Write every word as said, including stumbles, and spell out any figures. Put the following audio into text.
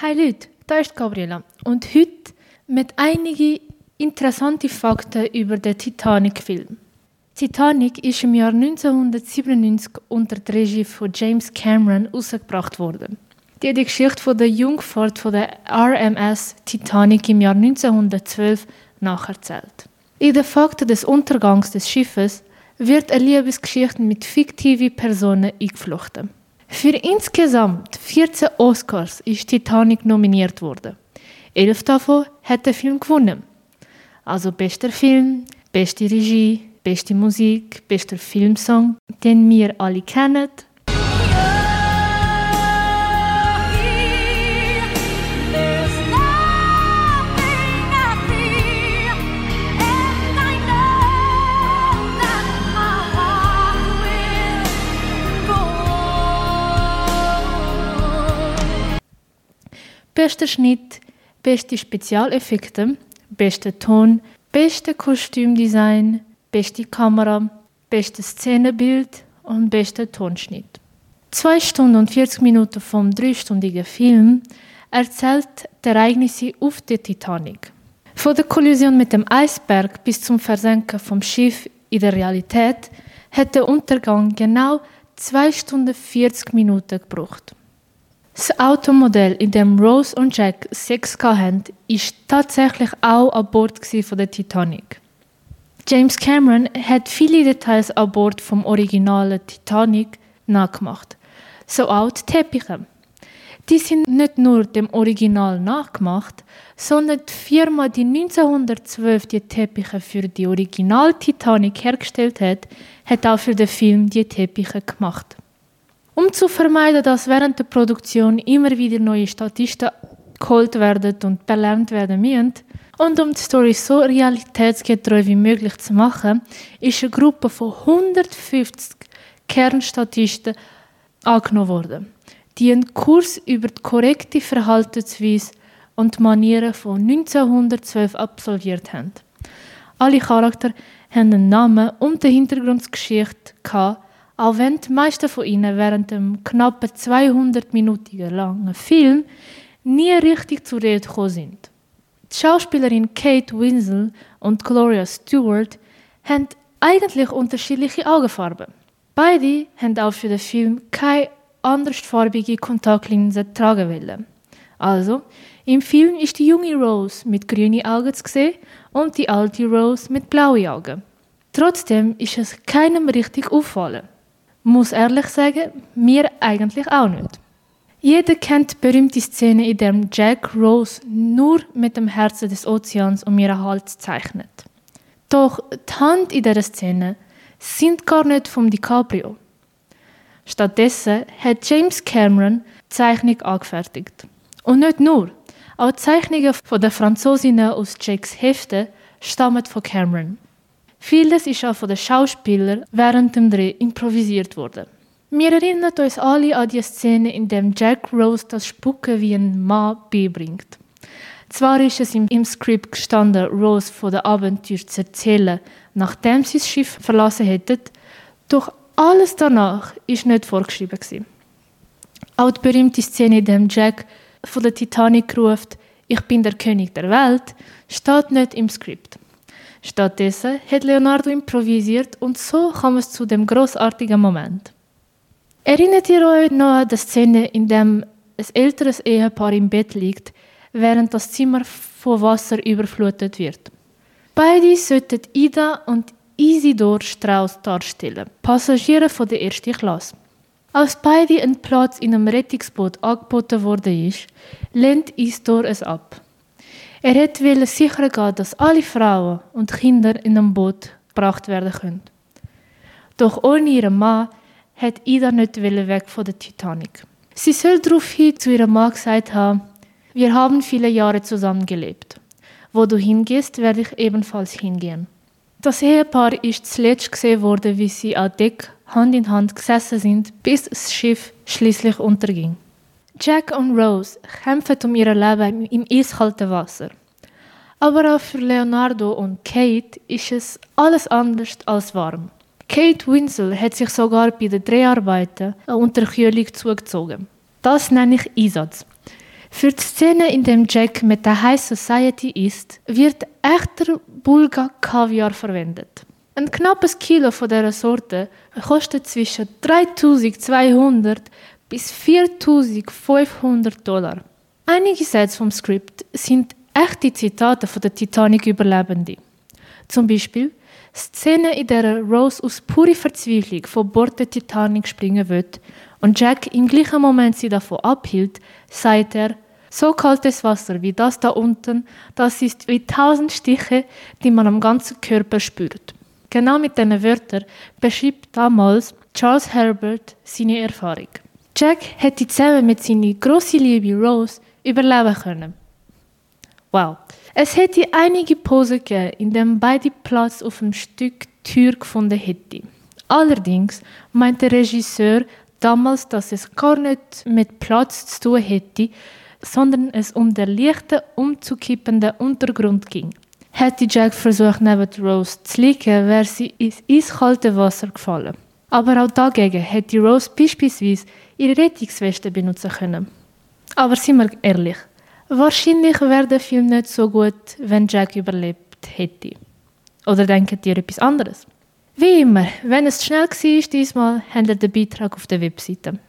Hi Leute, da ist Gabriela und heute mit einigen interessanten Fakten über den Titanic-Film. Titanic ist im Jahr neunzehnhundertsiebenundneunzig unter der Regie von James Cameron herausgebracht worden. Die hat die Geschichte von der Jungfahrt von der R M S Titanic im Jahr neunzehnhundertzwölf nacherzählt. In den Fakten des Untergangs des Schiffes wird eine Liebesgeschichte mit fiktiven Personen eingeflochten. Für insgesamt vierzehn Oscars ist Titanic nominiert worden. Elf davon hat der Film gewonnen. Also bester Film, beste Regie, beste Musik, bester Filmsong, den wir alle kennen. Bester Schnitt, beste Spezialeffekte, bester Ton, beste Kostümdesign, beste Kamera, bestes Szenenbild und bester Tonschnitt. Zwei Stunden und vierzig Minuten vom dreistündigen Film erzählt die Ereignisse auf der Titanic. Von der Kollision mit dem Eisberg bis zum Versenken vom Schiff in der Realität hat der Untergang genau zwei Stunden vierzig Minuten gebraucht. Das Automodell, in dem Rose und Jack Sex hatten, war tatsächlich auch an Bord von der Titanic. James Cameron hat viele Details an Bord vom originalen Titanic nachgemacht, so auch die Teppiche. Die sind nicht nur dem Original nachgemacht, sondern die Firma, die neunzehnhundertzwölf die Teppiche für die Original Titanic hergestellt hat, hat auch für den Film die Teppiche gemacht. Um zu vermeiden, dass während der Produktion immer wieder neue Statisten geholt werden und belernt werden müssen, und um die Story so realitätsgetreu wie möglich zu machen, ist eine Gruppe von hundertfünfzig Kernstatisten angenommen worden, die einen Kurs über die korrekte Verhaltensweise und die Manieren von neunzehnhundertzwölf absolviert haben. Alle Charaktere haben einen Namen und eine Hintergrundgeschichte gehabt, auch wenn die meisten von ihnen während dem knappen zweihundert-minütigen langen Film nie richtig zur Rede gekommen sind. Die Schauspielerin Kate Winslet und Gloria Stewart haben eigentlich unterschiedliche Augenfarben. Beide haben auch für den Film keine andersfarbige Kontaktlinsen tragen wollen. Also, im Film ist die junge Rose mit grünen Augen zu sehen und die alte Rose mit blauen Augen. Trotzdem ist es keinem richtig auffallen. Muss ehrlich sagen, mir eigentlich auch nicht. Jeder kennt die berühmte Szene, in der Jack Rose nur mit dem Herzen des Ozeans um ihren Hals zeichnet. Doch die Hand in dieser Szene sind gar nicht vom DiCaprio. Stattdessen hat James Cameron die Zeichnung angefertigt. Und nicht nur, auch die Zeichnungen von den Franzosinnen aus Jacks Heften stammen von Cameron. Vieles ist auch von den Schauspielern während dem Dreh improvisiert worden. Wir erinnern uns alle an die Szene, in der Jack Rose das Spucken wie ein Mann beibringt. Zwar ist es im, im Skript gestanden, Rose von der Abenteuer zu erzählen, nachdem sie das Schiff verlassen hätten, doch alles danach war nicht vorgeschrieben gewesen. Auch die berühmte Szene, in der Jack von der Titanic ruft, «Ich bin der König der Welt», steht nicht im Skript. Stattdessen hat Leonardo improvisiert und so kam es zu dem großartigen Moment. Erinnert ihr euch noch an die Szene, in der ein älteres Ehepaar im Bett liegt, während das Zimmer von Wasser überflutet wird? Beide sollten Ida und Isidor Strauss darstellen, Passagiere von der ersten Klasse. Als beide einen Platz in einem Rettungsboot angeboten worden ist, lehnt Isidor es ab. Er wollte sicher gehen, dass alle Frauen und Kinder in einem Boot gebracht werden können. Doch ohne ihren Mann hat Ida nicht weg von der Titanic. Sie soll daraufhin zu ihrem Mann gesagt haben, wir haben viele Jahre zusammen gelebt. Wo du hingehst, werde ich ebenfalls hingehen. Das Ehepaar ist zuletzt gesehen worden, wie sie an Deck Hand in Hand gesessen sind, bis das Schiff schließlich unterging. Jack und Rose kämpfen um ihr Leben im eiskalten Wasser. Aber auch für Leonardo und Kate ist es alles anders als warm. Kate Winslet hat sich sogar bei den Dreharbeiten eine Unterkühlung zugezogen. Das nenne ich Einsatz. Für die Szene, in der Jack mit der High Society ist, wird echter Bulgar-Kaviar verwendet. Ein knappes Kilo von dieser Sorte kostet zwischen dreitausendzweihundert bis viertausendfünfhundert Dollar. Einige Sätze vom Skript sind echte Zitate von der Titanic-Überlebenden. Zum Beispiel Szene, in der Rose aus purer Verzweiflung von Bord der Titanic springen will und Jack im gleichen Moment sie davon abhielt, sagt er: So kaltes Wasser wie das da unten, das ist wie tausend Stiche, die man am ganzen Körper spürt. Genau mit diesen Wörtern beschreibt damals Charles Herbert seine Erfahrung. Jack hätte zusammen mit seiner grossen Liebe Rose überleben können. Wow. Es hätte einige Posen gegeben, in denen beide Platz auf dem Stück Tür gefunden hätten. Allerdings meinte der Regisseur damals, dass es gar nicht mit Platz zu tun hätte, sondern es um den leichten, umzukippenden Untergrund ging. Hätte Jack versucht, neben Rose zu liegen, wäre sie ins eiskalte Wasser gefallen. Aber auch dagegen hätte Rose beispielsweise ihre Rettungsweste benutzen können. Aber seien wir ehrlich, wahrscheinlich wäre der Film nicht so gut, wenn Jack überlebt hätte. Oder denkt ihr etwas anderes? Wie immer, wenn es schnell war, diesmal habt ihr den Beitrag auf der Webseite.